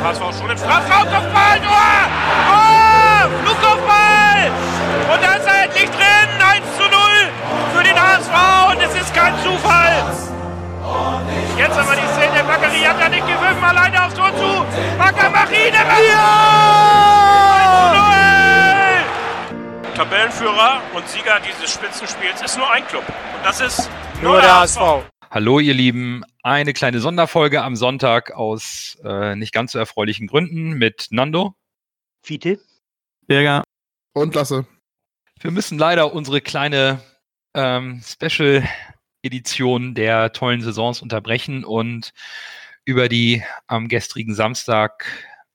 HSV schon im Strafraum, Kopfball, Tor! Oh, Flugkopfball! Und da ist er endlich drin, 1:0 für den HSV und es ist kein Zufall. Jetzt aber die Szene, Bakary hat ja nicht gewürfen, alleine aufs Tor zu. Bakker, mach ihn, ja! 1:0! Tabellenführer und Sieger dieses Spitzenspiels ist nur ein Club und das ist nur der HSV. Hallo ihr Lieben, eine kleine Sonderfolge am Sonntag aus nicht ganz so erfreulichen Gründen mit Nando, Fiete, Berger und Lasse. Wir müssen leider unsere kleine Special-Edition der tollen Saisons unterbrechen und über die am gestrigen Samstag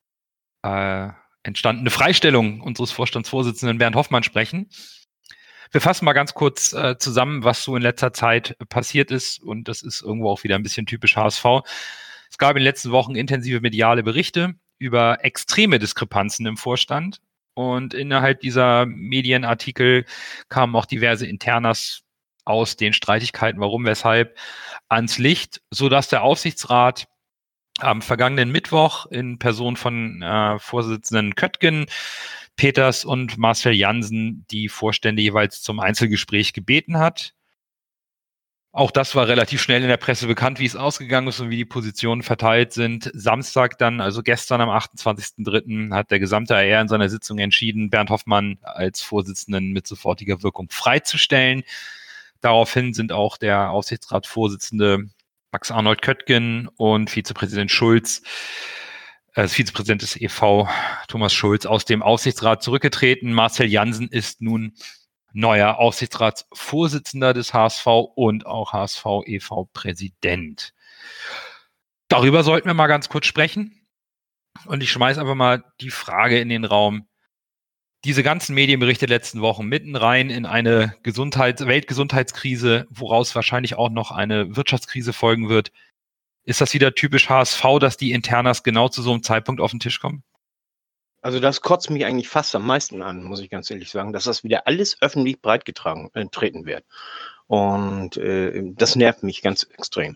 entstandene Freistellung unseres Vorstandsvorsitzenden Bernd Hoffmann sprechen. Wir fassen mal ganz kurz zusammen, was so in letzter Zeit passiert ist. Und das ist irgendwo auch wieder ein bisschen typisch HSV. Es gab in den letzten Wochen intensive mediale Berichte über extreme Diskrepanzen im Vorstand. Und innerhalb dieser Medienartikel kamen auch diverse Internas aus den Streitigkeiten, warum, weshalb, ans Licht, sodass der Aufsichtsrat am vergangenen Mittwoch in Person von Vorsitzenden Köttgen, Peters und Marcel Jansen die Vorstände jeweils zum Einzelgespräch gebeten hat. Auch das war relativ schnell in der Presse bekannt, wie es ausgegangen ist und wie die Positionen verteilt sind. Samstag dann, also gestern am 28.03. hat der gesamte AR in seiner Sitzung entschieden, Bernd Hoffmann als Vorsitzenden mit sofortiger Wirkung freizustellen. Daraufhin sind auch der Aufsichtsratsvorsitzende Max Arnold Köttgen und Vizepräsident Schulz, Vizepräsident des e.V. Thomas Schulz aus dem Aufsichtsrat zurückgetreten. Marcel Jansen ist nun neuer Aufsichtsratsvorsitzender des HSV und auch HSV e.V.-Präsident. Darüber sollten wir mal ganz kurz sprechen. Und ich schmeiße einfach mal die Frage in den Raum. Diese ganzen Medienberichte der letzten Wochen mitten rein in eine Weltgesundheitskrise, woraus wahrscheinlich auch noch eine Wirtschaftskrise folgen wird. Ist das wieder typisch HSV, dass die Internas genau zu so einem Zeitpunkt auf den Tisch kommen? also das kotzt mich eigentlich fast am meisten an, muss ich ganz ehrlich sagen, dass das wieder alles öffentlich treten wird. Und das nervt mich ganz extrem.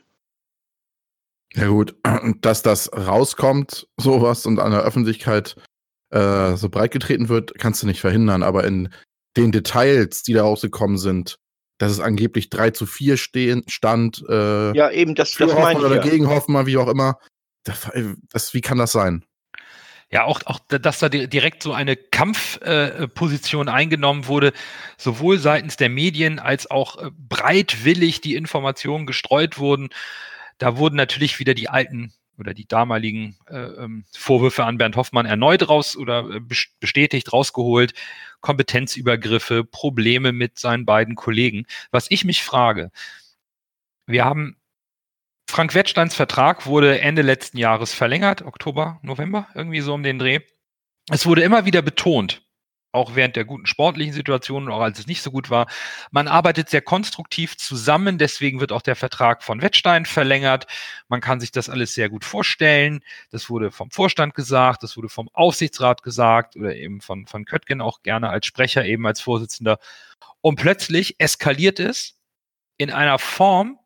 Ja gut, dass das rauskommt, sowas, und an der Öffentlichkeit so breit getreten wird, kannst du nicht verhindern. Aber in den Details, die da rausgekommen sind, dass es angeblich 3:4 stand, Ja, eben, das für meine Hoffmann ich oder ja. gegen Hoffmann, wie auch immer. Wie kann das sein? Ja, auch dass da direkt so eine Kampfposition eingenommen wurde, sowohl seitens der Medien als auch breitwillig die Informationen gestreut wurden. Da wurden natürlich wieder die alten oder die damaligen Vorwürfe an Bernd Hoffmann erneut bestätigt, rausgeholt. Kompetenzübergriffe, Probleme mit seinen beiden Kollegen. Was ich mich frage, wir haben Frank Wettsteins Vertrag wurde Ende letzten Jahres verlängert, Oktober, November, irgendwie so um den Dreh. Es wurde immer wieder betont, auch während der guten sportlichen Situation, auch als es nicht so gut war, man arbeitet sehr konstruktiv zusammen, deswegen wird auch der Vertrag von Wettstein verlängert. Man kann sich das alles sehr gut vorstellen. Das wurde vom Vorstand gesagt, das wurde vom Aufsichtsrat gesagt oder eben von Köttgen auch gerne als Sprecher, eben als Vorsitzender. Und plötzlich eskaliert es in einer Form,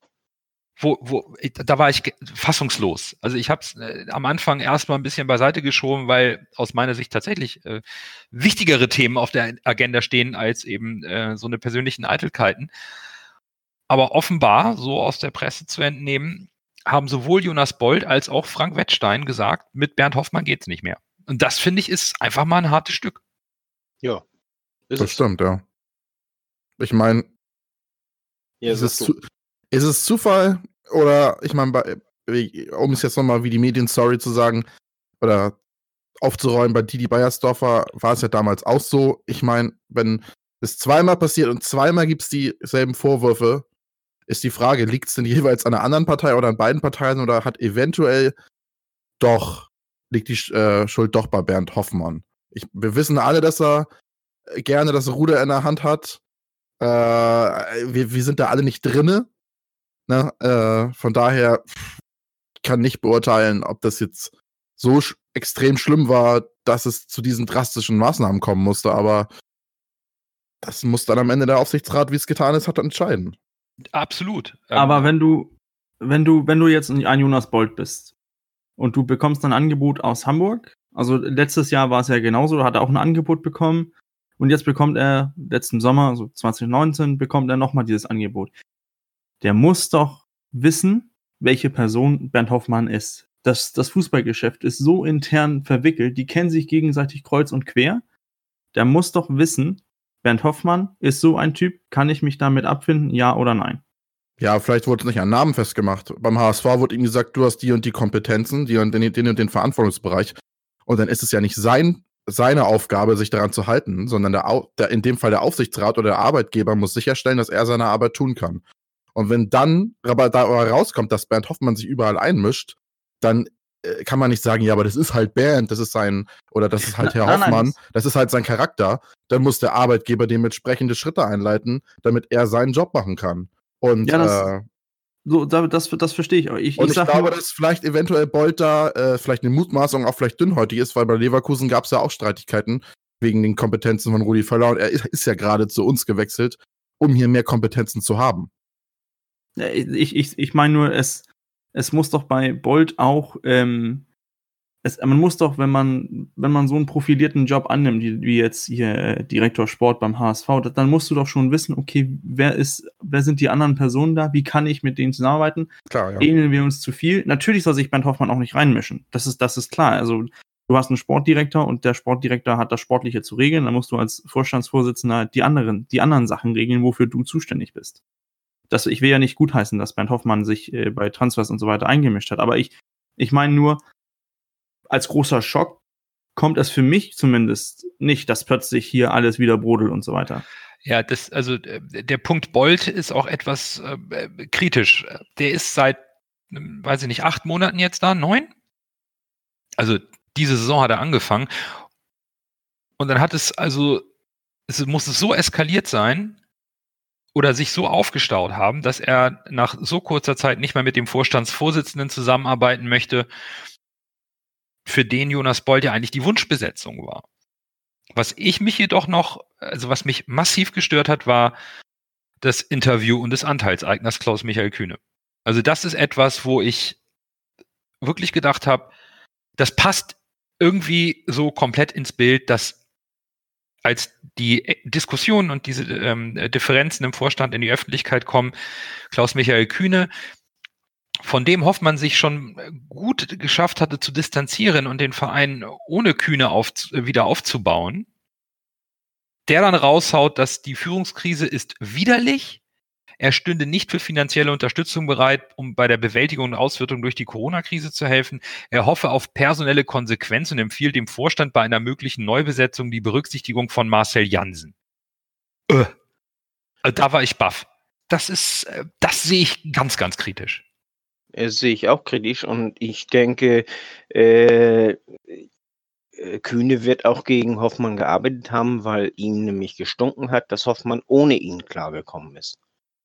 da war ich fassungslos. Also ich habe es am Anfang erstmal ein bisschen beiseite geschoben, weil aus meiner Sicht tatsächlich wichtigere Themen auf der Agenda stehen als eben so eine persönlichen Eitelkeiten. Aber offenbar, so aus der Presse zu entnehmen, haben sowohl Jonas Bold als auch Frank Wettstein gesagt, mit Bernd Hoffmann geht's nicht mehr. Und das, finde ich, ist einfach mal ein hartes Stück. Ja. Das stimmt, ja. Ich meine, Ja, ist es Zufall oder, ich meine, um es jetzt nochmal wie die Medienstory zu sagen oder aufzuräumen, bei Didi Beiersdorfer war es ja damals auch so. Ich meine, wenn es zweimal passiert und zweimal gibt es dieselben Vorwürfe, ist die Frage, liegt es denn jeweils an einer anderen Partei oder an beiden Parteien oder liegt die Schuld doch bei Bernd Hoffmann? Wir wissen alle, dass er gerne das Ruder in der Hand hat. Wir sind da alle nicht drinne. Ne? Von daher kann nicht beurteilen, ob das jetzt so extrem schlimm war, dass es zu diesen drastischen Maßnahmen kommen musste, aber das muss dann am Ende der Aufsichtsrat, wie es getan ist, hat entscheiden. Absolut. Aber wenn du jetzt ein Jonas Bold bist und du bekommst ein Angebot aus Hamburg. Also letztes Jahr war es ja genauso, da hat er auch ein Angebot bekommen und jetzt bekommt er, letzten Sommer, also 2019, bekommt er nochmal dieses Angebot. Der muss doch wissen, welche Person Bernd Hoffmann ist. Das Fußballgeschäft ist so intern verwickelt, die kennen sich gegenseitig kreuz und quer. Der muss doch wissen, Bernd Hoffmann ist so ein Typ, kann ich mich damit abfinden, ja oder nein? Ja, vielleicht wurde es nicht an Namen festgemacht. Beim HSV wurde ihm gesagt, du hast die und die Kompetenzen, die und den Verantwortungsbereich. Und dann ist es ja nicht seine Aufgabe, sich daran zu halten, sondern in dem Fall der Aufsichtsrat oder der Arbeitgeber muss sicherstellen, dass er seine Arbeit tun kann. Und wenn dann aber da rauskommt, dass Bernd Hoffmann sich überall einmischt, dann kann man nicht sagen, ja, aber das ist halt Bernd, das ist halt Herr Hoffmann, Nein, das ist halt sein Charakter. Dann muss der Arbeitgeber dementsprechende Schritte einleiten, damit er seinen Job machen kann. Und Ja, das verstehe ich auch. Ich glaube, dass vielleicht eventuell Bold da vielleicht eine Mutmaßung auch vielleicht dünnhäutig ist, weil bei Leverkusen gab es ja auch Streitigkeiten wegen den Kompetenzen von Rudi Völler und er ist ja gerade zu uns gewechselt, um hier mehr Kompetenzen zu haben. Ja, ich meine nur, es muss doch bei Bold auch, man muss doch, wenn man so einen profilierten Job annimmt, wie jetzt hier Direktor Sport beim HSV, dann musst du doch schon wissen, okay, wer sind die anderen Personen da, wie kann ich mit denen zusammenarbeiten? Klar, ja. Ähneln wir uns zu viel? Natürlich soll sich Bernd Hoffmann auch nicht reinmischen. Das ist klar. Also du hast einen Sportdirektor und der Sportdirektor hat das Sportliche zu regeln, dann musst du als Vorstandsvorsitzender die anderen Sachen regeln, wofür du zuständig bist. Ich will ja nicht gutheißen, dass Bernd Hoffmann sich bei Transfers und so weiter eingemischt hat, aber ich meine nur, als großer Schock kommt es für mich zumindest nicht, dass plötzlich hier alles wieder brodelt und so weiter. Ja, der Punkt Bold ist auch etwas kritisch. Der ist seit, weiß ich nicht, 8 Monaten jetzt da, 9? Also diese Saison hat er angefangen. Und dann muss es so eskaliert sein, oder sich so aufgestaut haben, dass er nach so kurzer Zeit nicht mehr mit dem Vorstandsvorsitzenden zusammenarbeiten möchte, für den Jonas Bold ja eigentlich die Wunschbesetzung war. Was mich massiv gestört hat, war das Interview und des Anteilseigners Klaus-Michael Kühne. Also das ist etwas, wo ich wirklich gedacht habe, das passt irgendwie so komplett ins Bild, dass als die Diskussionen und diese Differenzen im Vorstand in die Öffentlichkeit kommen, Klaus-Michael Kühne, von dem Hoffmann sich schon gut geschafft hatte zu distanzieren und den Verein ohne Kühne wieder aufzubauen, der dann raushaut, dass die Führungskrise ist widerlich, er stünde nicht für finanzielle Unterstützung bereit, um bei der Bewältigung und Auswirtung durch die Corona-Krise zu helfen. Er hoffe auf personelle Konsequenzen und empfiehlt dem Vorstand bei einer möglichen Neubesetzung die Berücksichtigung von Marcel Jansen. Da war ich baff. Das sehe ich ganz, ganz kritisch. Das sehe ich auch kritisch und ich denke, Kühne wird auch gegen Hoffmann gearbeitet haben, weil ihm nämlich gestunken hat, dass Hoffmann ohne ihn klargekommen ist.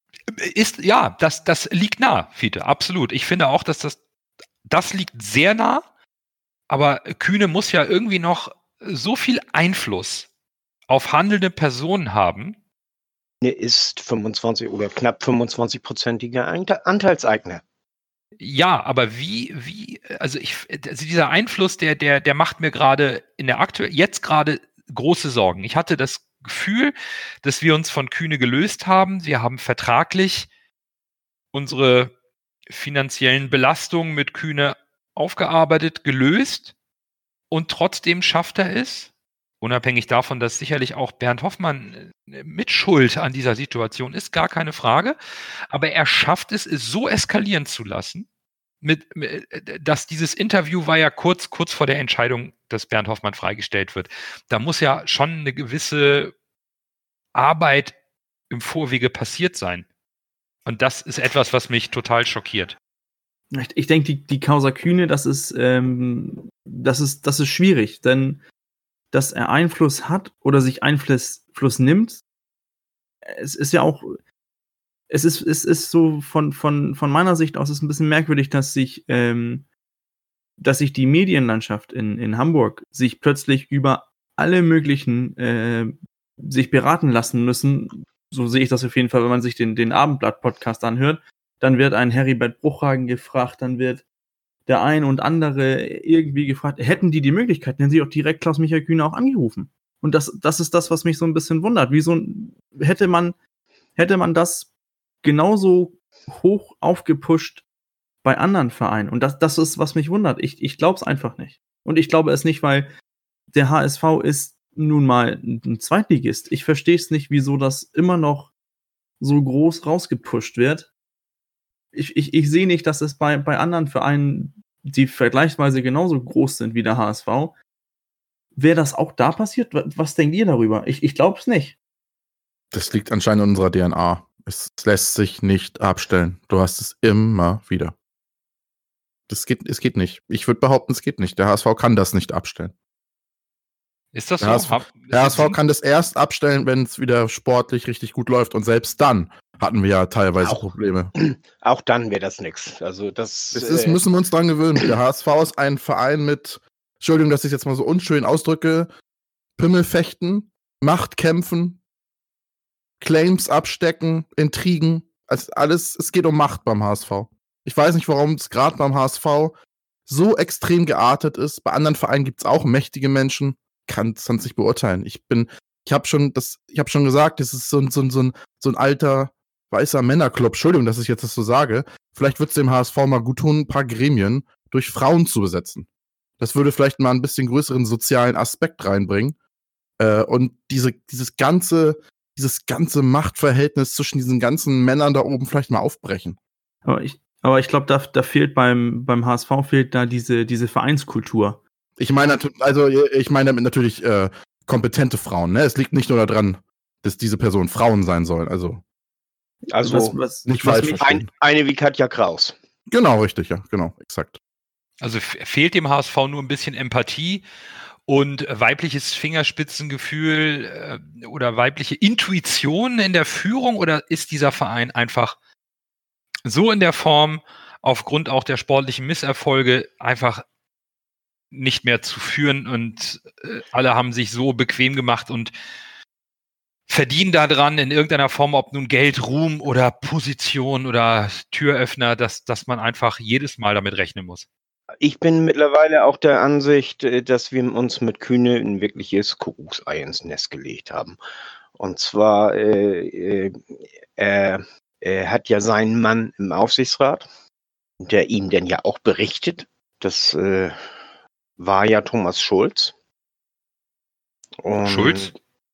Das liegt nah, Fiete, absolut. Ich finde auch, dass das liegt sehr nah, aber Kühne muss ja irgendwie noch so viel Einfluss auf handelnde Personen haben. Er ist 25 oder knapp 25-prozentiger Anteilseigner. Ja, aber also dieser Einfluss, der macht mir gerade jetzt gerade große Sorgen. Ich hatte das Gefühl, dass wir uns von Kühne gelöst haben. Wir haben vertraglich unsere finanziellen Belastungen mit Kühne aufgearbeitet, gelöst und trotzdem schafft er es, unabhängig davon, dass sicherlich auch Bernd Hoffmann mit Schuld an dieser Situation ist, gar keine Frage, aber er schafft es so eskalieren zu lassen, dass dieses Interview war ja kurz vor der Entscheidung, dass Bernd Hoffmann freigestellt wird. Da muss ja schon eine gewisse Arbeit im Vorwege passiert sein. Und das ist etwas, was mich total schockiert. Ich denke, die Causa Kühne, das ist schwierig, denn dass er Einfluss hat oder sich Einfluss nimmt, es ist ja auch, es ist so von meiner Sicht aus ist ein bisschen merkwürdig, dass sich die Medienlandschaft in Hamburg sich plötzlich über alle möglichen sich beraten lassen müssen. So sehe ich das auf jeden Fall, wenn man sich den Abendblatt-Podcast anhört. Dann wird ein Heribert Bruchhagen gefragt, dann wird der ein und andere irgendwie gefragt, hätten die Möglichkeit, hätten sie auch direkt Klaus-Michael Kühne auch angerufen. Und das ist das, was mich so ein bisschen wundert. Wieso hätte man das genauso hoch aufgepusht bei anderen Vereinen? Und das ist, was mich wundert. Ich glaube es einfach nicht. Und ich glaube es nicht, weil der HSV ist nun mal ein Zweitligist. Ich verstehe es nicht, wieso das immer noch so groß rausgepusht wird. Ich sehe nicht, dass es bei anderen Vereinen, die vergleichsweise genauso groß sind wie der HSV, wäre das auch da passiert? Was denkt ihr darüber? Ich glaube es nicht. Das liegt anscheinend in unserer DNA. Es lässt sich nicht abstellen. Du hast es immer wieder. Es geht nicht. Ich würde behaupten, es geht nicht. Der HSV kann das nicht abstellen. Ist das Der so? HSV kann das erst abstellen, wenn es wieder sportlich richtig gut läuft. Und selbst dann hatten wir ja teilweise Probleme. Auch dann wäre das nichts. Also müssen wir uns dran gewöhnen. Der HSV ist ein Verein mit, Entschuldigung, dass ich jetzt mal so unschön ausdrücke, Pimmelfechten, Machtkämpfen, Claims abstecken, Intrigen. Also alles, es geht um Macht beim HSV. Ich weiß nicht, warum es gerade beim HSV so extrem geartet ist. Bei anderen Vereinen gibt es auch mächtige Menschen. Kann es nicht beurteilen. Ich habe schon gesagt, das ist so ein alter weißer Männerclub. Entschuldigung, dass ich jetzt das so sage. Vielleicht wird es dem HSV mal gut tun, ein paar Gremien durch Frauen zu besetzen. Das würde vielleicht mal ein bisschen größeren sozialen Aspekt reinbringen. Und dieses ganze Machtverhältnis zwischen diesen ganzen Männern da oben vielleicht mal aufbrechen. Aber ich glaube, da fehlt beim HSV fehlt da diese Vereinskultur. Ich meine damit natürlich kompetente Frauen. Ne? Es liegt nicht nur daran, dass diese Personen Frauen sein sollen. Also nicht falsch verstehen. Eine wie Katja Kraus. Genau, richtig, ja, genau, exakt. Also fehlt dem HSV nur ein bisschen Empathie und weibliches Fingerspitzengefühl oder weibliche Intuition in der Führung, oder ist dieser Verein einfach so in der Form aufgrund auch der sportlichen Misserfolge einfach nicht mehr zu führen und alle haben sich so bequem gemacht und verdienen daran in irgendeiner Form, ob nun Geld, Ruhm oder Position oder Türöffner, dass man einfach jedes Mal damit rechnen muss? Ich bin mittlerweile auch der Ansicht, dass wir uns mit Kühne ein wirkliches Kuckucksei ins Nest gelegt haben. Und zwar, er hat ja seinen Mann im Aufsichtsrat, der ihm denn ja auch berichtet. Das war ja Thomas Schulz. Und Schulz?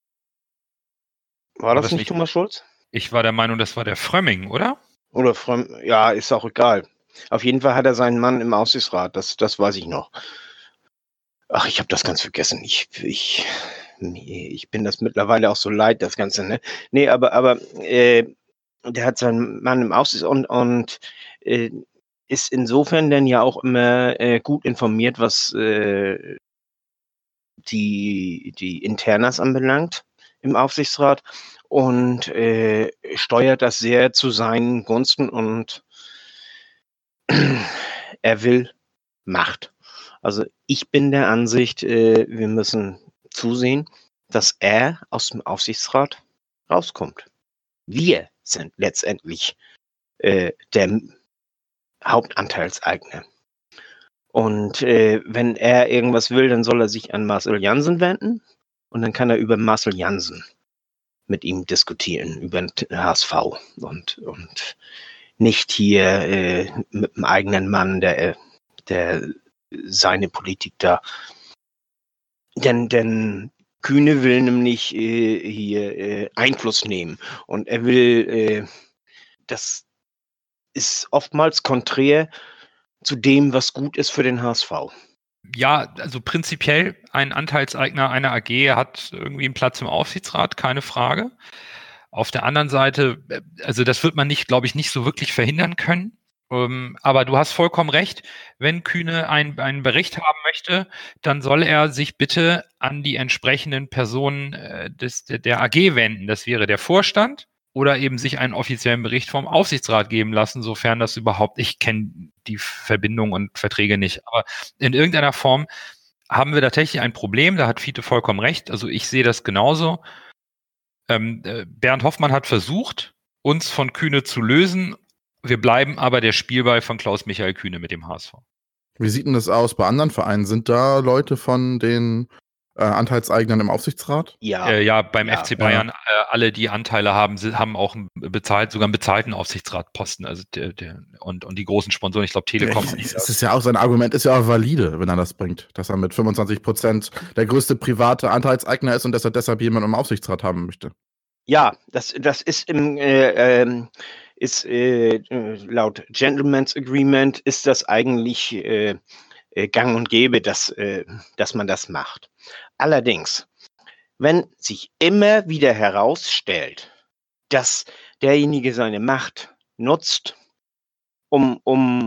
War das nicht Thomas Schulz? Ich war der Meinung, das war der Frömming, oder? Oder ja, ist auch egal. Auf jeden Fall hat er seinen Mann im Aufsichtsrat, das weiß ich noch. Ach, ich habe das ganz vergessen. Ich bin das mittlerweile auch so leid, das Ganze, ne? Nee, aber der hat seinen Mann im Aufsichtsrat und ist insofern denn ja auch immer gut informiert, was die Internas anbelangt im Aufsichtsrat und steuert das sehr zu seinen Gunsten und er will Macht. Also ich bin der Ansicht, wir müssen zusehen, dass er aus dem Aufsichtsrat rauskommt. Wir sind letztendlich der Hauptanteilseigner. Und wenn er irgendwas will, dann soll er sich an Marcel Jansen wenden und dann kann er über Marcel Jansen mit ihm diskutieren, über den HSV und nicht hier mit dem eigenen Mann, der seine Politik da. Denn Kühne will nämlich hier Einfluss nehmen und er will, das ist oftmals konträr zu dem, was gut ist für den HSV. Ja, also prinzipiell ein Anteilseigner einer AG hat irgendwie einen Platz im Aufsichtsrat, keine Frage. Auf der anderen Seite, also das wird man glaube ich, nicht so wirklich verhindern können. Aber du hast vollkommen recht, wenn Kühne einen Bericht haben möchte, dann soll er sich bitte an die entsprechenden Personen der AG wenden. Das wäre der Vorstand oder eben sich einen offiziellen Bericht vom Aufsichtsrat geben lassen, sofern das überhaupt, ich kenne die Verbindungen und Verträge nicht. Aber in irgendeiner Form haben wir tatsächlich ein Problem, da hat Fiete vollkommen recht. Also ich sehe das genauso. Bernd Hoffmann hat versucht, uns von Kühne zu lösen. Wir bleiben aber der Spielball von Klaus-Michael Kühne mit dem HSV. Wie sieht denn das aus bei anderen Vereinen? Sind da Leute von den Anteilseignern im Aufsichtsrat? Ja, beim Ja. FC Bayern, alle, die Anteile haben, haben auch sogar einen bezahlten Aufsichtsratposten. Also und die großen Sponsoren, ich glaube Telekom. Es ist ja auch, sein Argument ist ja auch valide, wenn er das bringt, dass er mit 25% der größte private Anteilseigner ist und dass er deshalb jemanden im Aufsichtsrat haben möchte. Ja, das ist laut Gentleman's Agreement ist das eigentlich gang und gäbe, dass man das macht. Allerdings, wenn sich immer wieder herausstellt, dass derjenige seine Macht nutzt, und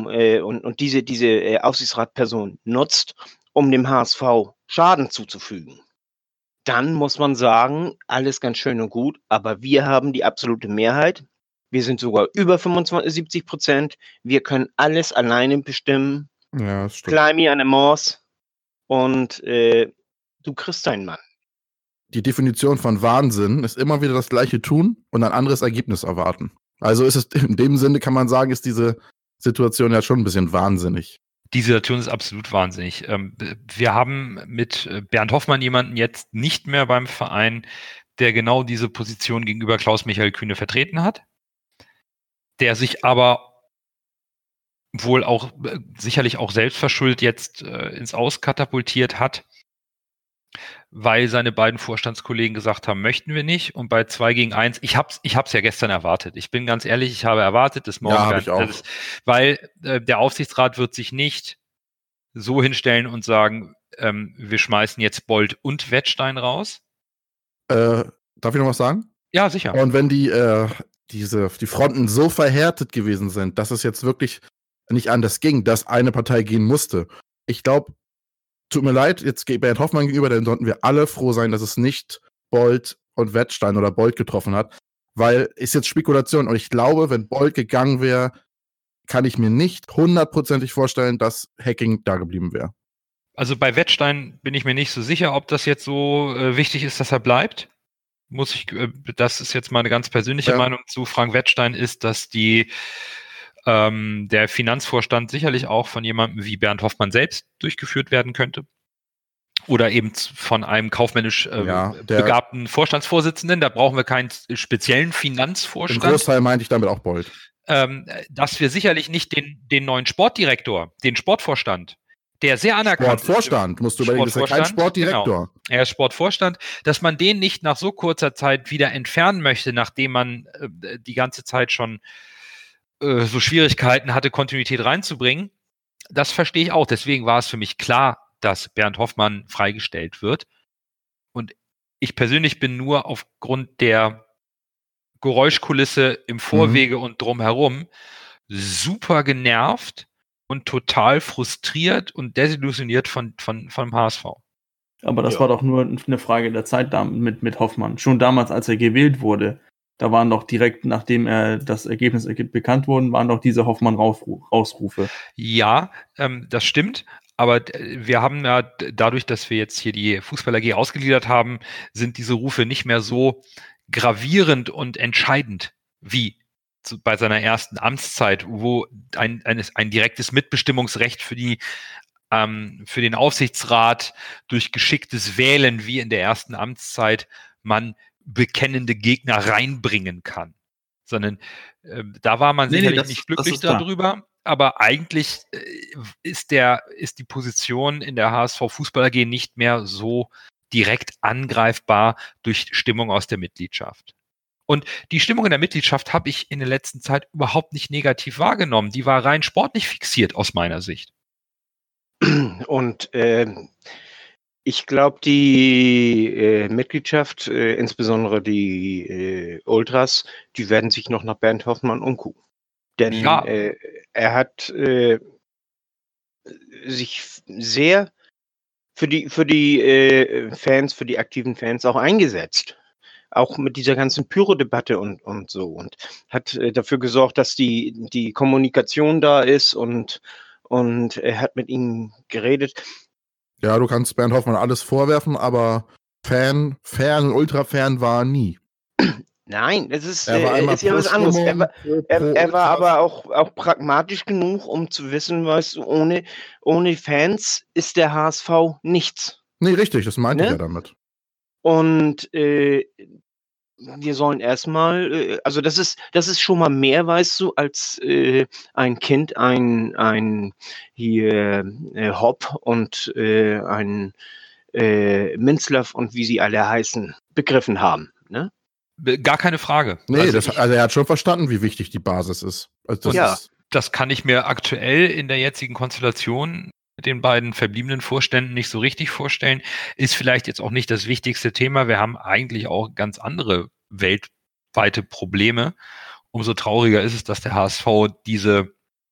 diese Aufsichtsratperson nutzt, um dem HSV Schaden zuzufügen, dann muss man sagen, alles ganz schön und gut, aber wir haben die absolute Mehrheit. Wir sind sogar über 70%. Wir können alles alleine bestimmen. Ja, das stimmt. Climb me an a Morse und du kriegst deinen Mann. Die Definition von Wahnsinn ist immer wieder das Gleiche tun und ein anderes Ergebnis erwarten. Also ist es in dem Sinne, kann man sagen, ist diese Situation ja schon ein bisschen wahnsinnig. Die Situation ist absolut wahnsinnig. Wir haben mit Bernd Hoffmann jemanden jetzt nicht mehr beim Verein, der genau diese Position gegenüber Klaus-Michael Kühne vertreten hat, der sich aber wohl auch sicherlich auch selbstverschuldet jetzt ins Aus katapultiert hat, weil seine beiden Vorstandskollegen gesagt haben, möchten wir nicht. Und bei 2-1, ich hab's ja gestern erwartet. Ich bin ganz ehrlich, ich habe erwartet, dass morgen, Ja, hab ich auch. weil der Aufsichtsrat wird sich nicht so hinstellen und sagen, wir schmeißen jetzt Bold und Wettstein raus. Darf ich noch was sagen? Ja, sicher. Und wenn die Fronten so verhärtet gewesen sind, dass es jetzt wirklich nicht anders ging, dass eine Partei gehen musste. Ich glaube, tut mir leid, jetzt geht Bernd Hoffmann gegenüber, dann sollten wir alle froh sein, dass es nicht Bold und Wettstein oder Bold getroffen hat, weil ist jetzt Spekulation und ich glaube, wenn Bold gegangen wäre, kann ich mir nicht 100%ig vorstellen, dass Hacking da geblieben wäre. Also bei Wettstein bin ich mir nicht so sicher, ob das jetzt so wichtig ist, dass er bleibt. Das ist jetzt meine ganz persönliche Meinung zu Frank Wettstein, ist, dass der Finanzvorstand sicherlich auch von jemandem wie Bernd Hoffmann selbst durchgeführt werden könnte. Oder eben von einem kaufmännisch begabten Vorstandsvorsitzenden. Da brauchen wir keinen speziellen Finanzvorstand. Im Großteil meinte ich damit auch Bold. Dass wir sicherlich nicht den neuen Sportdirektor, den Sportvorstand, der sehr anerkannt Sportvorstand, musst du überlegen, das ist ja kein Sportdirektor. Genau. Er ist Sportvorstand, dass man den nicht nach so kurzer Zeit wieder entfernen möchte, nachdem man die ganze Zeit schon so Schwierigkeiten hatte, Kontinuität reinzubringen, das verstehe ich auch. Deswegen war es für mich klar, dass Bernd Hoffmann freigestellt wird. Und ich persönlich bin nur aufgrund der Geräuschkulisse im Vorwege und drumherum super genervt und total frustriert und desillusioniert vom HSV. Aber das war doch nur eine Frage der Zeit mit Hoffmann. Schon damals, als er gewählt wurde, da waren doch direkt, nachdem das Ergebnis bekannt wurde, waren doch diese Hoffmann-Rausrufe. Ja, das stimmt. Aber wir haben ja dadurch, dass wir jetzt hier die Fußball AG ausgegliedert haben, sind diese Rufe nicht mehr so gravierend und entscheidend wie bei seiner ersten Amtszeit, wo ein direktes Mitbestimmungsrecht für den Aufsichtsrat durch geschicktes Wählen wie in der ersten Amtszeit man bekennende Gegner reinbringen kann. Sondern da war man sicherlich nicht glücklich darüber. Aber eigentlich ist die Position in der HSV Fußball AG nicht mehr so direkt angreifbar durch Stimmung aus der Mitgliedschaft. Und die Stimmung in der Mitgliedschaft habe ich in der letzten Zeit überhaupt nicht negativ wahrgenommen. Die war rein sportlich fixiert aus meiner Sicht. Und ich glaube, die Mitgliedschaft, insbesondere die Ultras, die werden sich noch nach Bernd Hoffmann umgucken. Denn er hat sich sehr für die Fans, für die aktiven Fans auch eingesetzt. Auch mit dieser ganzen Pyro-Debatte und so. Und hat dafür gesorgt, dass die Kommunikation da ist und er hat mit ihnen geredet. Ja, du kannst Bernd Hoffmann alles vorwerfen, aber Fan und Ultra-Fan war nie. Nein, es ist, Er war einmal ist ja was pro anderes. Stimmung, Er war aber auch pragmatisch genug, um zu wissen, weißt du, ohne Fans ist der HSV nichts. Nee, richtig, das meinte ich Ne? ja damit. Und wir sollen erstmal, also das ist schon mal mehr, weißt du, als ein Kind, ein hier Hopp und ein Minzlaff und wie sie alle heißen, begriffen haben. Ne? Gar keine Frage. Nee, Also also er hat schon verstanden, wie wichtig die Basis ist. Also das Ja. ist, das kann ich mir aktuell in der jetzigen Konstellation mit den beiden verbliebenen Vorständen nicht so richtig vorstellen. Ist vielleicht jetzt auch nicht das wichtigste Thema. Wir haben eigentlich auch ganz andere weltweite Probleme. Umso trauriger ist es, dass der HSV diese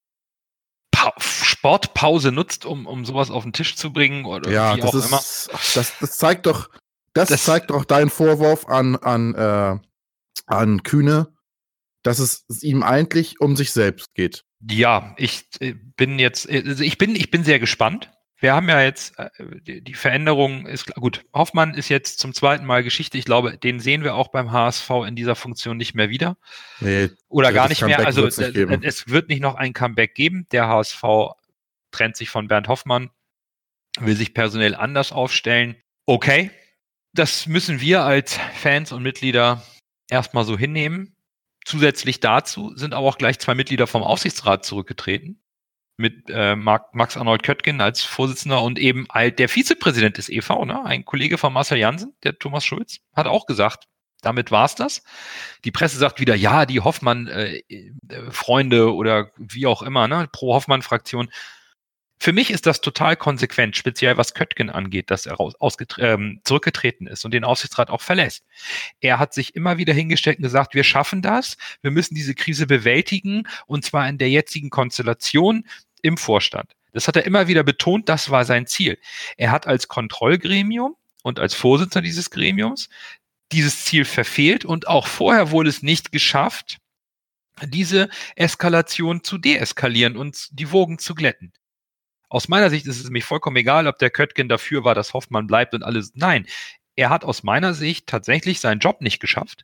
Sportpause nutzt, um sowas auf den Tisch zu bringen oder ja, wie das auch immer. das zeigt doch, zeigt doch deinen Vorwurf an Kühne, dass es ihm eigentlich um sich selbst geht. Ja, ich bin sehr gespannt. Wir haben ja jetzt, die Veränderung ist gut. Hoffmann ist jetzt zum zweiten Mal Geschichte. Ich glaube, den sehen wir auch beim HSV in dieser Funktion nicht mehr wieder. Nee, Oder gar das nicht mehr. Comeback Also wird's nicht geben. es wird nicht noch ein Comeback geben. Der HSV trennt sich von Bernd Hoffmann, will sich personell anders aufstellen. Okay, das müssen wir als Fans und Mitglieder erstmal so hinnehmen. Zusätzlich dazu sind aber auch gleich 2 Mitglieder vom Aufsichtsrat zurückgetreten. Mit Max Arnold Köttgen als Vorsitzender und eben der Vizepräsident des e.V., ne? Ein Kollege von Marcel Jansen, der Thomas Schulz, hat auch gesagt, damit war's das. Die Presse sagt wieder, ja, die Hoffmann-Freunde oder wie auch immer, ne? Pro-Hoffmann-Fraktion. Für mich ist das total konsequent, speziell was Köttgen angeht, dass er zurückgetreten ist und den Aufsichtsrat auch verlässt. Er hat sich immer wieder hingestellt und gesagt, wir schaffen das, wir müssen diese Krise bewältigen und zwar in der jetzigen Konstellation im Vorstand. Das hat er immer wieder betont, das war sein Ziel. Er hat als Kontrollgremium und als Vorsitzender dieses Gremiums dieses Ziel verfehlt und auch vorher wurde es nicht geschafft, diese Eskalation zu deeskalieren und die Wogen zu glätten. Aus meiner Sicht ist es nämlich vollkommen egal, ob der Köttgen dafür war, dass Hoffmann bleibt und alles. Nein, er hat aus meiner Sicht tatsächlich seinen Job nicht geschafft.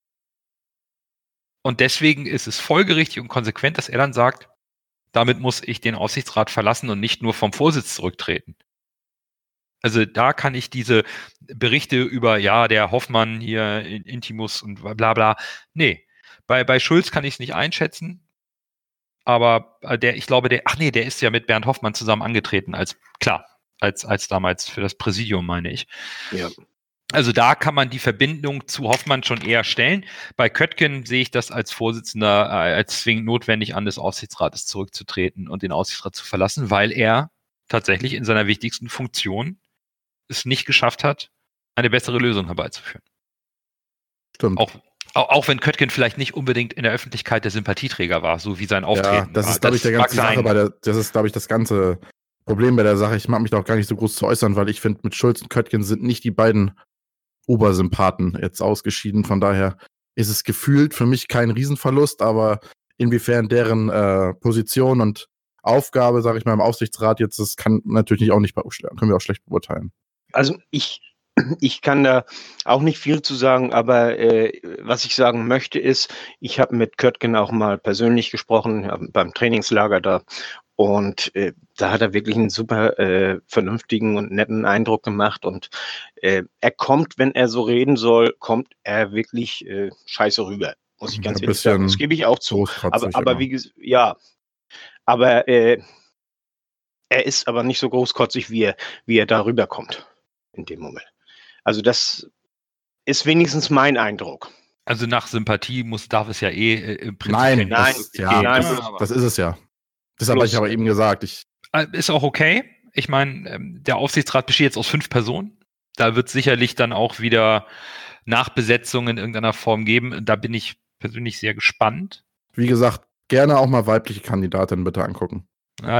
Und deswegen ist es folgerichtig und konsequent, dass er dann sagt, damit muss ich den Aufsichtsrat verlassen und nicht nur vom Vorsitz zurücktreten. Also da kann ich diese Berichte über, ja, der Hoffmann hier, Intimus und bla bla, nee. Bei Schulz kann ich es nicht einschätzen. Aber der ist ja mit Bernd Hoffmann zusammen angetreten, als damals für das Präsidium, meine ich. Ja. Also da kann man die Verbindung zu Hoffmann schon eher stellen. Bei Köttgen sehe ich das als Vorsitzender als zwingend notwendig an, des Aufsichtsrates zurückzutreten und den Aufsichtsrat zu verlassen, weil er tatsächlich in seiner wichtigsten Funktion es nicht geschafft hat, eine bessere Lösung herbeizuführen. Stimmt. Auch wenn Köttgen vielleicht nicht unbedingt in der Öffentlichkeit der Sympathieträger war, so wie sein Auftreten. Ja, das ist, glaube ich, das ist, glaube ich, das ganze Problem bei der Sache. Ich mag mich da auch gar nicht so groß zu äußern, weil ich finde, mit Schulz und Köttgen sind nicht die beiden Obersympathen jetzt ausgeschieden. Von daher ist es gefühlt für mich kein Riesenverlust, aber inwiefern deren Position und Aufgabe, sage ich mal, im Aufsichtsrat jetzt, das können wir auch schlecht beurteilen. Also ich kann da auch nicht viel zu sagen, aber was ich sagen möchte ist, ich habe mit Köttgen auch mal persönlich gesprochen, beim Trainingslager da. Und da hat er wirklich einen super vernünftigen und netten Eindruck gemacht. Und er kommt, wenn er so reden soll, kommt er wirklich scheiße rüber. Muss ich ganz ehrlich sagen. Das gebe ich auch zu. Aber wie gesagt, ja. Aber er ist aber nicht so großkotzig, wie er da rüberkommt in dem Moment. Also das ist wenigstens mein Eindruck. Also nach Sympathie darf es ja im Prinzip Nein, nein, das ist es ja. Das habe ich aber eben gesagt. Ist auch okay. Ich meine, der Aufsichtsrat besteht jetzt aus 5 Personen. Da wird es sicherlich dann auch wieder Nachbesetzungen in irgendeiner Form geben. Da bin ich persönlich sehr gespannt. Wie gesagt, gerne auch mal weibliche Kandidatinnen bitte angucken. Ja,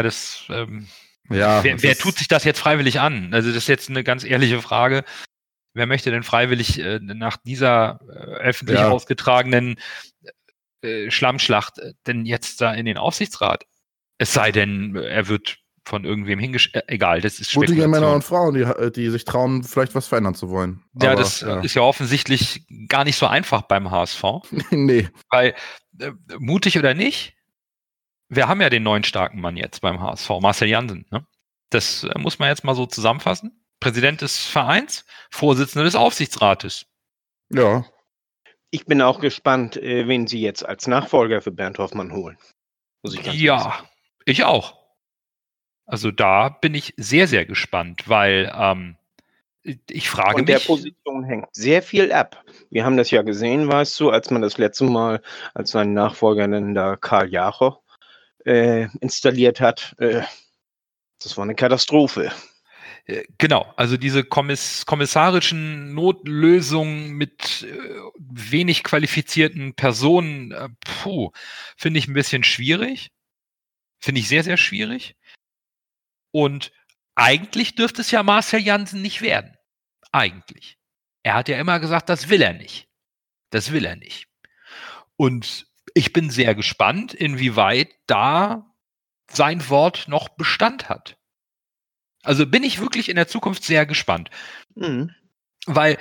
wer tut sich das jetzt freiwillig an? Also das ist jetzt eine ganz ehrliche Frage. Wer möchte denn freiwillig nach dieser öffentlich ausgetragenen Schlammschlacht denn jetzt da in den Aufsichtsrat? Es sei denn, er wird von irgendwem egal, das ist Mutige Spekulation. Männer und Frauen, die sich trauen, vielleicht was verändern zu wollen. Ja, das ist ja offensichtlich gar nicht so einfach beim HSV. Nee. Weil, mutig oder nicht, wir haben ja den neuen starken Mann jetzt beim HSV, Marcel Jansen. Ne? Das muss man jetzt mal so zusammenfassen. Präsident des Vereins, Vorsitzender des Aufsichtsrates. Ja. Ich bin auch gespannt, wen sie jetzt als Nachfolger für Bernd Hoffmann holen. Muss ich ganz ehrlich sagen. Ich auch. Also da bin ich sehr, sehr gespannt, weil ich frage Von der mich. Position hängt sehr viel ab. Wir haben das ja gesehen, weißt du, als man das letzte Mal als seinen Nachfolger dann da Karl Jacher installiert hat. Das war eine Katastrophe. Genau, also diese kommissarischen Notlösungen mit wenig qualifizierten Personen, finde ich ein bisschen schwierig. Finde ich sehr, sehr schwierig. Und eigentlich dürfte es ja Marcel Jansen nicht werden. Eigentlich. Er hat ja immer gesagt, das will er nicht. Das will er nicht. Und ich bin sehr gespannt, inwieweit da sein Wort noch Bestand hat. Also bin ich wirklich in der Zukunft sehr gespannt. Mhm. Weil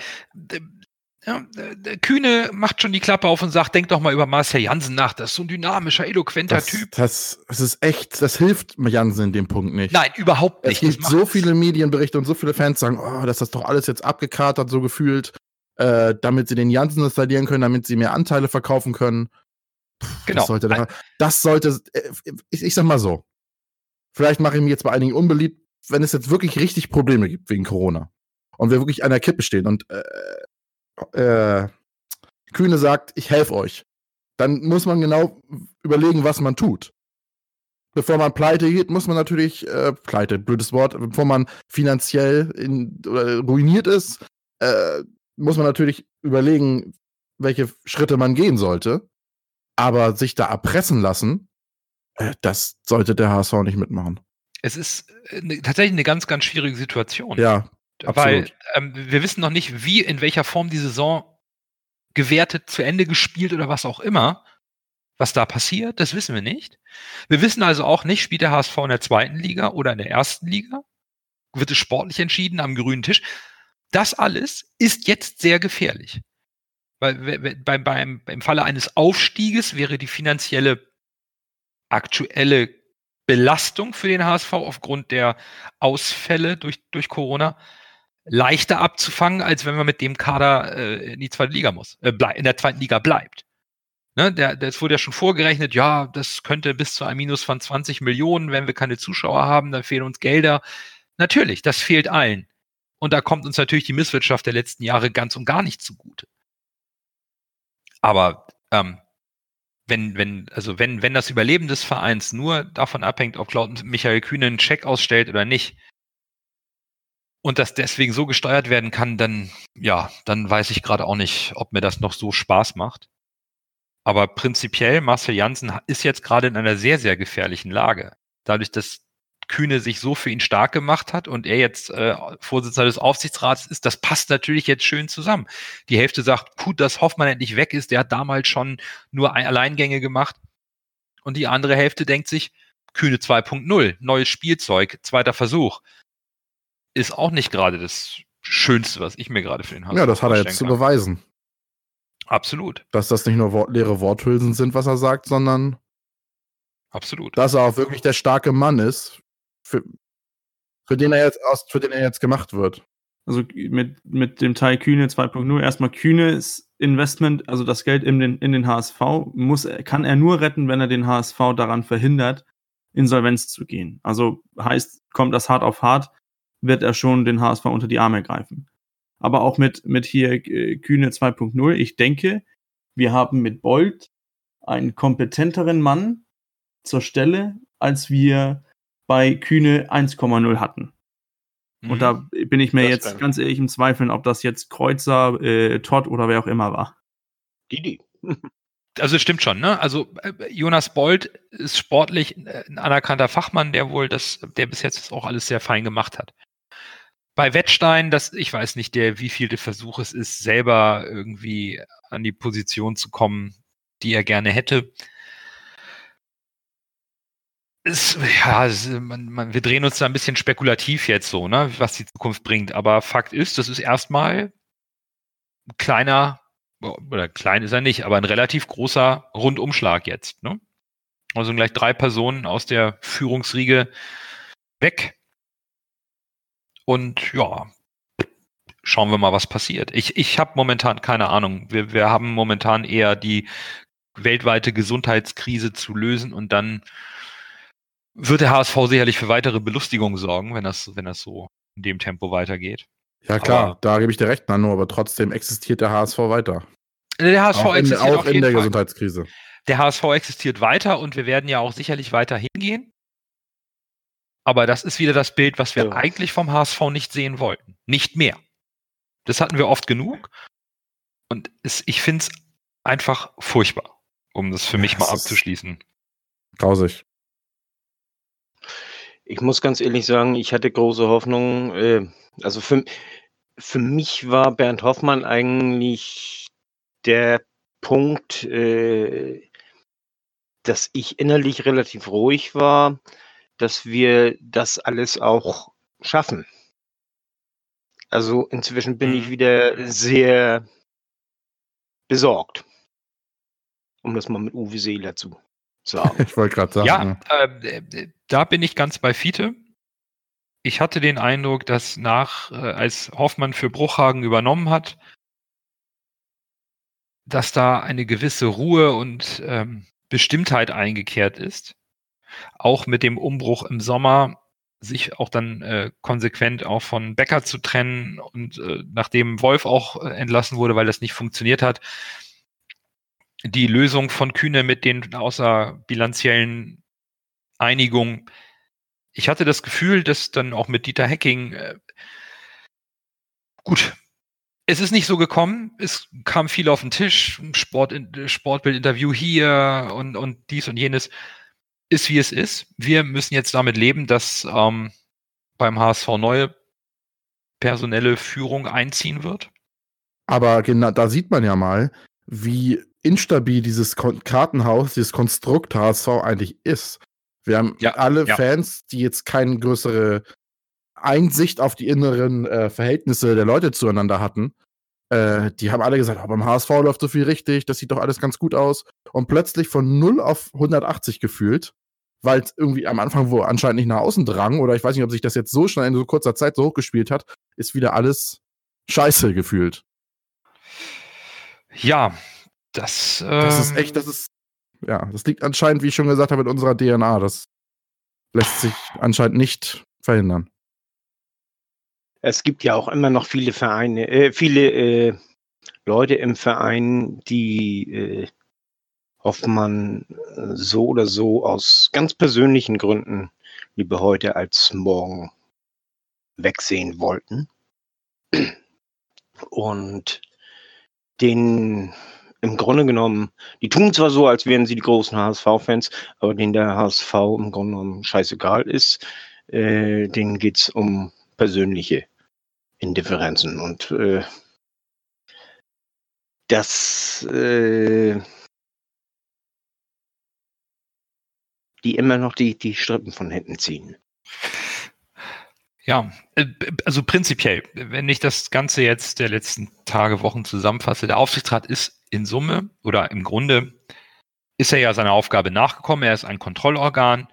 Kühne macht schon die Klappe auf und sagt, denk doch mal über Marcel Jansen nach, das ist so ein dynamischer, eloquenter Typ. Das ist echt, das hilft Jansen in dem Punkt nicht. Nein, überhaupt nicht. Es gibt so viele Medienberichte und so viele Fans sagen, das ist doch alles jetzt abgekatert, so gefühlt, damit sie den Jansen installieren können, damit sie mehr Anteile verkaufen können. Genau. Das sollte, ich sag mal so, vielleicht mache ich mich jetzt bei einigen unbeliebt, wenn es jetzt wirklich richtig Probleme gibt wegen Corona und wir wirklich an der Kippe stehen und Kühne sagt, ich helfe euch, dann muss man genau überlegen, was man tut. Bevor man pleite geht, muss man natürlich, pleite, blödes Wort, bevor man finanziell ruiniert ist, muss man natürlich überlegen, welche Schritte man gehen sollte. Aber sich da erpressen lassen, das sollte der HSV nicht mitmachen. Es ist tatsächlich eine ganz, ganz schwierige Situation. Ja, absolut. Weil wir wissen noch nicht, in welcher Form die Saison gewertet, zu Ende gespielt oder was auch immer. Was da passiert, das wissen wir nicht. Wir wissen also auch nicht, spielt der HSV in der 2. Liga oder in der 1. Liga? Wird es sportlich entschieden am grünen Tisch? Das alles ist jetzt sehr gefährlich. Weil im Falle eines Aufstieges wäre die finanzielle aktuelle Belastung für den HSV aufgrund der Ausfälle durch Corona leichter abzufangen, als wenn man mit dem Kader in die 2. Liga muss, in der 2. Liga bleibt. Ne, das wurde ja schon vorgerechnet, ja, das könnte bis zu einem Minus von 20 Millionen, wenn wir keine Zuschauer haben, dann fehlen uns Gelder. Natürlich, das fehlt allen. Und da kommt uns natürlich die Misswirtschaft der letzten Jahre ganz und gar nicht zugute. Aber wenn das Überleben des Vereins nur davon abhängt, ob Michael Kühne einen Scheck ausstellt oder nicht, und das deswegen so gesteuert werden kann, dann weiß ich gerade auch nicht, ob mir das noch so Spaß macht. Aber prinzipiell, Marcel Jansen ist jetzt gerade in einer sehr, sehr gefährlichen Lage. Dadurch, dass Kühne sich so für ihn stark gemacht hat und er jetzt Vorsitzender des Aufsichtsrats ist, das passt natürlich jetzt schön zusammen. Die Hälfte sagt, gut, dass Hoffmann endlich weg ist, der hat damals schon nur Alleingänge gemacht. Und die andere Hälfte denkt sich, Kühne 2.0, neues Spielzeug, 2. Versuch. Ist auch nicht gerade das Schönste, was ich mir gerade für den HSV Ja, das hat er jetzt zu beweisen. Absolut. Dass das nicht nur leere Worthülsen sind, was er sagt, sondern absolut, dass er auch wirklich der starke Mann ist, für den er jetzt gemacht wird. Also mit dem Teil Kühne 2.0, erstmal Kühnes Investment, also das Geld in den HSV, kann er nur retten, wenn er den HSV daran verhindert, Insolvenz zu gehen. Also heißt, kommt das hart auf hart, wird er schon den HSV unter die Arme greifen. Aber auch mit hier Kühne 2.0, ich denke, wir haben mit Bold einen kompetenteren Mann zur Stelle, als wir bei Kühne 1,0 hatten. Und da bin ich mir jetzt ganz ehrlich im Zweifeln, ob das jetzt Kreuzer, Todd oder wer auch immer war. Die. Also stimmt schon, ne? Also Jonas Bold ist sportlich ein anerkannter Fachmann, der bis jetzt das auch alles sehr fein gemacht hat. Bei Wettstein, ich weiß nicht, wie viel der Versuch es ist, selber irgendwie an die Position zu kommen, die er gerne hätte. Wir drehen uns da ein bisschen spekulativ jetzt so, ne, was die Zukunft bringt. Aber Fakt ist, das ist erstmal ein kleiner, oder klein ist er nicht, aber ein relativ großer Rundumschlag jetzt. Ne? Also gleich 3 Personen aus der Führungsriege weg. Und ja, schauen wir mal, was passiert. Ich habe momentan keine Ahnung. Wir haben momentan eher die weltweite Gesundheitskrise zu lösen und dann wird der HSV sicherlich für weitere Belustigung sorgen, wenn das so in dem Tempo weitergeht. Ja klar, Aber da gebe ich dir recht, Nano, aber trotzdem existiert der HSV weiter. Der HSV Auch existiert auf in jeden der Fall. Gesundheitskrise. Der HSV existiert weiter und wir werden ja auch sicherlich weiter hingehen. Aber das ist wieder das Bild, was wir eigentlich vom HSV nicht sehen wollten. Nicht mehr. Das hatten wir oft genug. Und ich finde es einfach furchtbar, um das für mich mal abzuschließen. Grausig. Ich muss ganz ehrlich sagen, ich hatte große Hoffnung. Also für mich war Bernd Hoffmann eigentlich der Punkt, dass ich innerlich relativ ruhig war, dass wir das alles auch schaffen. Also inzwischen bin ich wieder sehr besorgt, um das mal mit Uwe Seeler zu sagen. Ich wollte gerade sagen. Ja, da bin ich ganz bei Fiete. Ich hatte den Eindruck, dass als Hoffmann für Bruchhagen übernommen hat, dass da eine gewisse Ruhe und Bestimmtheit eingekehrt ist. Auch mit dem Umbruch im Sommer, sich auch dann konsequent auch von Becker zu trennen und nachdem Wolf auch entlassen wurde, weil das nicht funktioniert hat, die Lösung von Kühne mit den außerbilanziellen Einigungen. Ich hatte das Gefühl, dass dann auch mit Dieter Hecking gut, es ist nicht so gekommen, es kam viel auf den Tisch, Sportbild-Interview hier und dies und jenes, ist wie es ist. Wir müssen jetzt damit leben, dass beim HSV neue personelle Führung einziehen wird. Aber genau, da sieht man ja mal, wie instabil dieses Kartenhaus, dieses Konstrukt HSV eigentlich ist. Wir haben alle Fans, die jetzt keine größere Einsicht auf die inneren Verhältnisse der Leute zueinander hatten. Die haben alle gesagt, beim HSV läuft so viel richtig, das sieht doch alles ganz gut aus. Und plötzlich von 0 auf 180 gefühlt, weil es irgendwie am Anfang wo anscheinend nicht nach außen drang, oder ich weiß nicht, ob sich das jetzt so schnell in so kurzer Zeit so hochgespielt hat, ist wieder alles scheiße gefühlt. Ja, das liegt anscheinend, wie ich schon gesagt habe, in unserer DNA. Das lässt sich anscheinend nicht verhindern. Es gibt ja auch immer noch viele Vereine, viele Leute im Verein, die Hoffmann so oder so aus ganz persönlichen Gründen lieber heute als morgen wegsehen wollten. Und den im Grunde genommen, die tun zwar so, als wären sie die großen HSV-Fans, aber denen der HSV im Grunde genommen scheißegal ist, denen geht es um persönliche Indifferenzen. Und die immer noch die Strippen von hinten ziehen. Ja, also prinzipiell, wenn ich das Ganze jetzt der letzten Tage, Wochen zusammenfasse, der Aufsichtsrat ist in Summe oder im Grunde ist er ja seiner Aufgabe nachgekommen. Er ist ein Kontrollorgan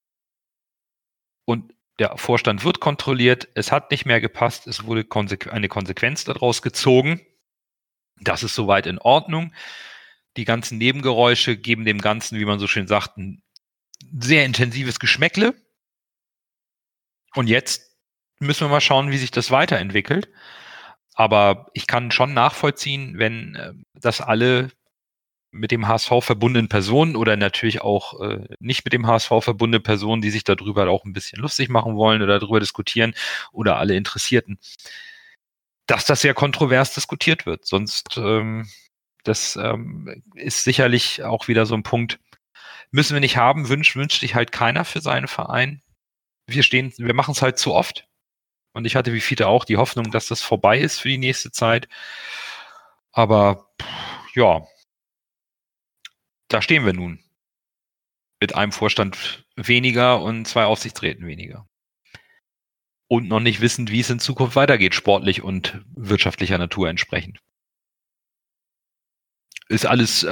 und der Vorstand wird kontrolliert. Es hat nicht mehr gepasst. Es wurde eine Konsequenz daraus gezogen. Das ist soweit in Ordnung. Die ganzen Nebengeräusche geben dem Ganzen, wie man so schön sagt, ein sehr intensives Geschmäckle. Und jetzt müssen wir mal schauen, wie sich das weiterentwickelt. Aber ich kann schon nachvollziehen, wenn das alle mit dem HSV verbundenen Personen oder natürlich auch nicht mit dem HSV verbundene Personen, die sich darüber auch ein bisschen lustig machen wollen oder darüber diskutieren oder alle Interessierten, dass das sehr kontrovers diskutiert wird. Sonst das ist sicherlich auch wieder so ein Punkt, müssen wir nicht haben, wünscht sich halt keiner für seinen Verein. Wir machen es halt zu oft. Und ich hatte wie Fiete auch die Hoffnung, dass das vorbei ist für die nächste Zeit. Aber ja, da stehen wir nun. Mit einem Vorstand weniger und 2 Aufsichtsräten weniger. Und noch nicht wissend, wie es in Zukunft weitergeht, sportlich und wirtschaftlicher Natur entsprechend. Ist alles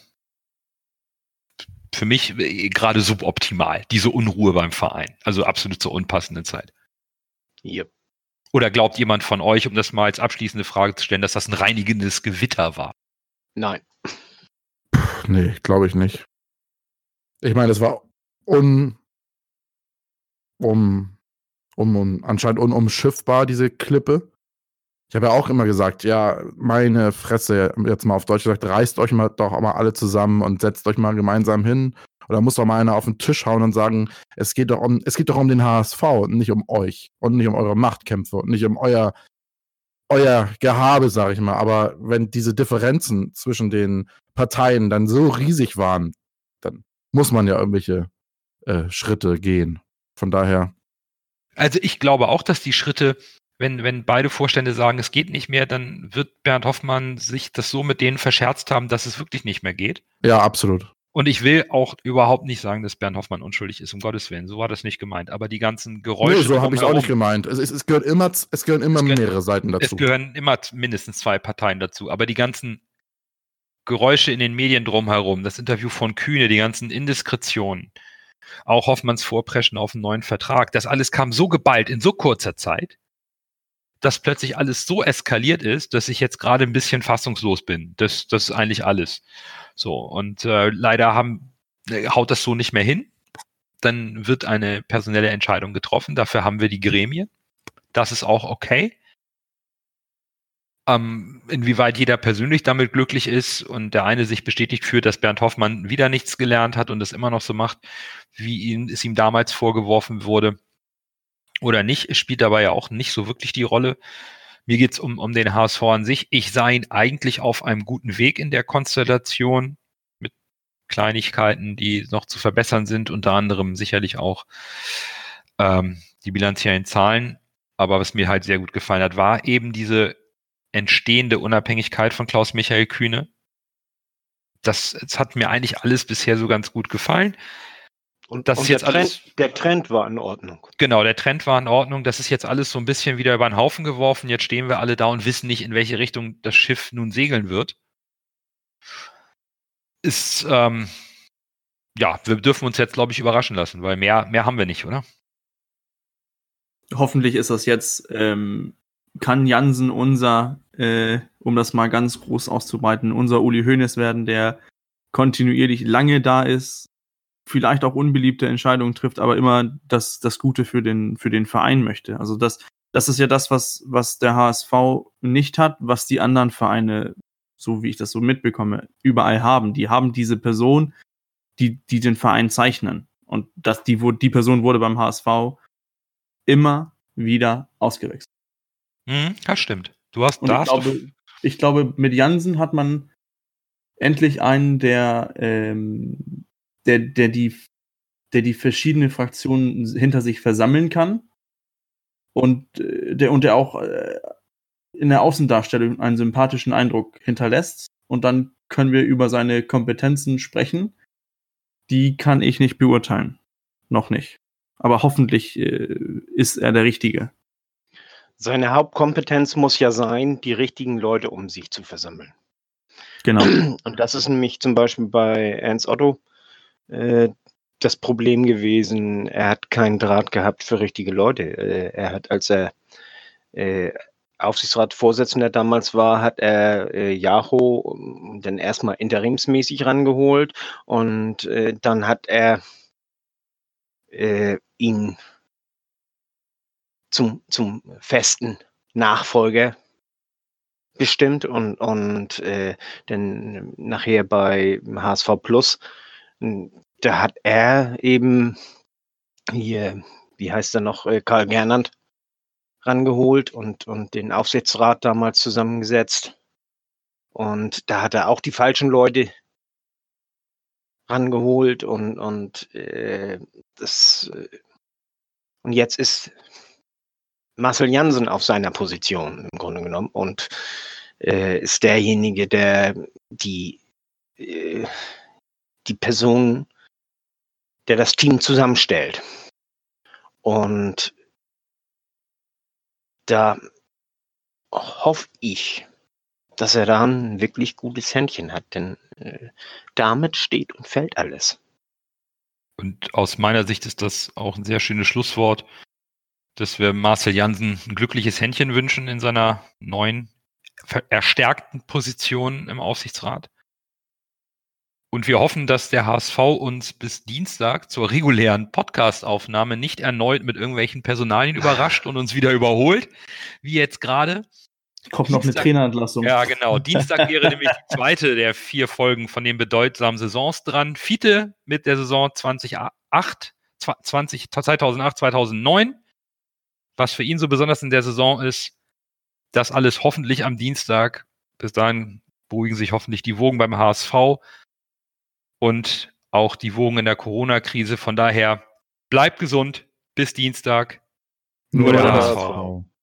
für mich gerade suboptimal, diese Unruhe beim Verein. Also absolut zur unpassenden Zeit. Yep. Oder glaubt jemand von euch, um das mal als abschließende Frage zu stellen, dass das ein reinigendes Gewitter war? Nein. Nee, glaube ich nicht. Ich meine, es war anscheinend unumschiffbar, diese Klippe. Ich habe ja auch immer gesagt, ja, meine Fresse, jetzt mal auf Deutsch gesagt, reißt euch mal doch mal alle zusammen und setzt euch mal gemeinsam hin. Oder muss doch mal einer auf den Tisch hauen und sagen, es geht doch um den HSV und nicht um euch und nicht um eure Machtkämpfe und nicht um euer Gehabe, sag ich mal. Aber wenn diese Differenzen zwischen den Parteien dann so riesig waren, dann muss man ja irgendwelche Schritte gehen. Von daher. Also ich glaube auch, dass die Schritte, wenn beide Vorstände sagen, es geht nicht mehr, dann wird Bernd Hoffmann sich das so mit denen verscherzt haben, dass es wirklich nicht mehr geht. Ja, absolut. Und ich will auch überhaupt nicht sagen, dass Bernd Hoffmann unschuldig ist, um Gottes Willen. So war das nicht gemeint. Aber die ganzen Geräusche. Nee, so habe ich es auch nicht gemeint. Es gehören immer mehrere Seiten dazu. Es gehören immer mindestens 2 Parteien dazu. Aber die ganzen Geräusche in den Medien drumherum, das Interview von Kühne, die ganzen Indiskretionen, auch Hoffmanns Vorpreschen auf einen neuen Vertrag, das alles kam so geballt in so kurzer Zeit, dass plötzlich alles so eskaliert ist, dass ich jetzt gerade ein bisschen fassungslos bin. Das ist eigentlich alles. So, und leider haut das so nicht mehr hin. Dann wird eine personelle Entscheidung getroffen. Dafür haben wir die Gremien. Das ist auch okay. Inwieweit jeder persönlich damit glücklich ist und der eine sich bestätigt fühlt, dass Bernd Hoffmann wieder nichts gelernt hat und es immer noch so macht, wie es ihm damals vorgeworfen wurde oder nicht, spielt dabei ja auch nicht so wirklich die Rolle. Mir geht es um den HSV an sich. Ich sah ihn eigentlich auf einem guten Weg in der Konstellation mit Kleinigkeiten, die noch zu verbessern sind, unter anderem sicherlich auch die bilanziellen Zahlen. Aber was mir halt sehr gut gefallen hat, war eben diese entstehende Unabhängigkeit von Klaus-Michael Kühne. Das hat mir eigentlich alles bisher so ganz gut gefallen. Und der Trend war in Ordnung. Genau, der Trend war in Ordnung. Das ist jetzt alles so ein bisschen wieder über den Haufen geworfen. Jetzt stehen wir alle da und wissen nicht, in welche Richtung das Schiff nun segeln wird. Wir dürfen uns jetzt, glaube ich, überraschen lassen, weil mehr haben wir nicht, oder? Hoffentlich ist das jetzt, kann Jansen unser, um das mal ganz groß auszubreiten, unser Uli Hoeneß werden, der kontinuierlich lange da ist, vielleicht auch unbeliebte Entscheidungen trifft, aber immer das Gute für den Verein möchte. Also das ist ja das, was der HSV nicht hat, was die anderen Vereine, so wie ich das so mitbekomme, überall haben. Die haben diese Person, die den Verein zeichnen. Und die Person wurde beim HSV immer wieder ausgewechselt. Das stimmt. Ich glaube, mit Jansen hat man endlich einen, der die verschiedenen Fraktionen hinter sich versammeln kann und der auch in der Außendarstellung einen sympathischen Eindruck hinterlässt. Und dann können wir über seine Kompetenzen sprechen. Die kann ich nicht beurteilen. Noch nicht. Aber hoffentlich ist er der Richtige. Seine Hauptkompetenz muss ja sein, die richtigen Leute um sich zu versammeln. Genau. Und das ist nämlich zum Beispiel bei Ernst Otto das Problem gewesen. Er hat keinen Draht gehabt für richtige Leute. Er hat, als er Aufsichtsratsvorsitzender damals war, hat er Jacho dann erstmal interimsmäßig rangeholt und dann hat er ihn zum festen Nachfolger bestimmt und dann nachher bei HSV Plus, da hat er eben hier, wie heißt er noch, Karl Gernand rangeholt und den Aufsichtsrat damals zusammengesetzt. Und da hat er auch die falschen Leute rangeholt und jetzt ist Marcel Jansen auf seiner Position im Grunde genommen und ist derjenige, der die Person der das Team zusammenstellt. Und da hoffe ich, dass er da ein wirklich gutes Händchen hat, denn damit steht und fällt alles. Und aus meiner Sicht ist das auch ein sehr schönes Schlusswort, dass wir Marcel Jansen ein glückliches Händchen wünschen in seiner neuen, erstärkten Position im Aufsichtsrat. Und wir hoffen, dass der HSV uns bis Dienstag zur regulären Podcast-Aufnahme nicht erneut mit irgendwelchen Personalien überrascht und uns wieder überholt, wie jetzt gerade. Kommt noch eine Trainerentlassung. Ja, genau. Dienstag wäre nämlich die zweite der 4 Folgen von den bedeutsamen Saisons dran. Fiete mit der Saison 2008, 2009. Was für ihn so besonders in der Saison ist, das alles hoffentlich am Dienstag. Bis dahin beruhigen sich hoffentlich die Wogen beim HSV und auch die Wogen in der Corona-Krise. Von daher bleibt gesund. Bis Dienstag. Nur der der HSV. HSV.